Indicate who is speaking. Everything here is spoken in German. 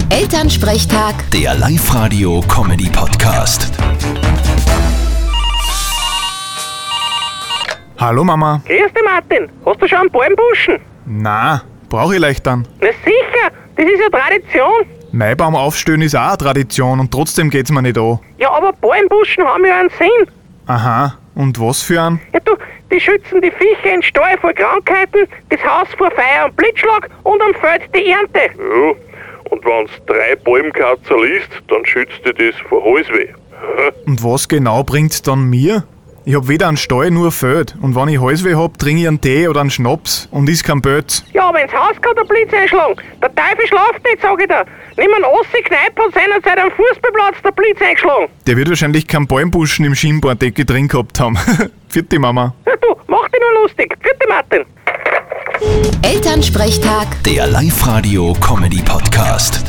Speaker 1: Elternsprechtag,
Speaker 2: Der Live-Radio-Comedy-Podcast.
Speaker 3: Hallo Mama.
Speaker 4: Grüß dich, Martin. Hast du schon einen Baumbuschen?
Speaker 3: Na, brauche ich leicht dann.
Speaker 4: Na sicher, das ist ja Tradition.
Speaker 3: Maibaum aufstellen ist auch eine Tradition und trotzdem geht's mir nicht an.
Speaker 4: Ja, aber Baumbuschen haben ja einen Sinn.
Speaker 3: Aha, und was für einen?
Speaker 4: Ja, du, die schützen die Viecher in Stall vor Krankheiten, das Haus vor Feuer und Blitzschlag und am Feld die Ernte.
Speaker 5: Ja, und wenn's 3 Bäumkatzer liest, dann schützt dir das vor Halsweh.
Speaker 3: Und was genau bringt's dann mir? Ich hab weder einen Stall nur ein Feld und wenn ich Halsweh hab, trinke ich einen Tee oder einen Schnaps und is kein Bötz.
Speaker 4: Ja, aber ins Haus kann der Blitz einschlagen. Der Teufel schlaft nicht, sag ich dir. Nimm einen Ossi Kneipp hat seinerzeit am Fußballplatz der Blitz eingeschlagen.
Speaker 3: Der wird wahrscheinlich keinen Baumbuschen im Schienbeindecke drin gehabt haben. Vierte Mama.
Speaker 4: Ja, du, mach dich nur lustig. Vierte Martin.
Speaker 1: Elternsprechtag.
Speaker 2: Der Live-Radio-Comedy-Podcast.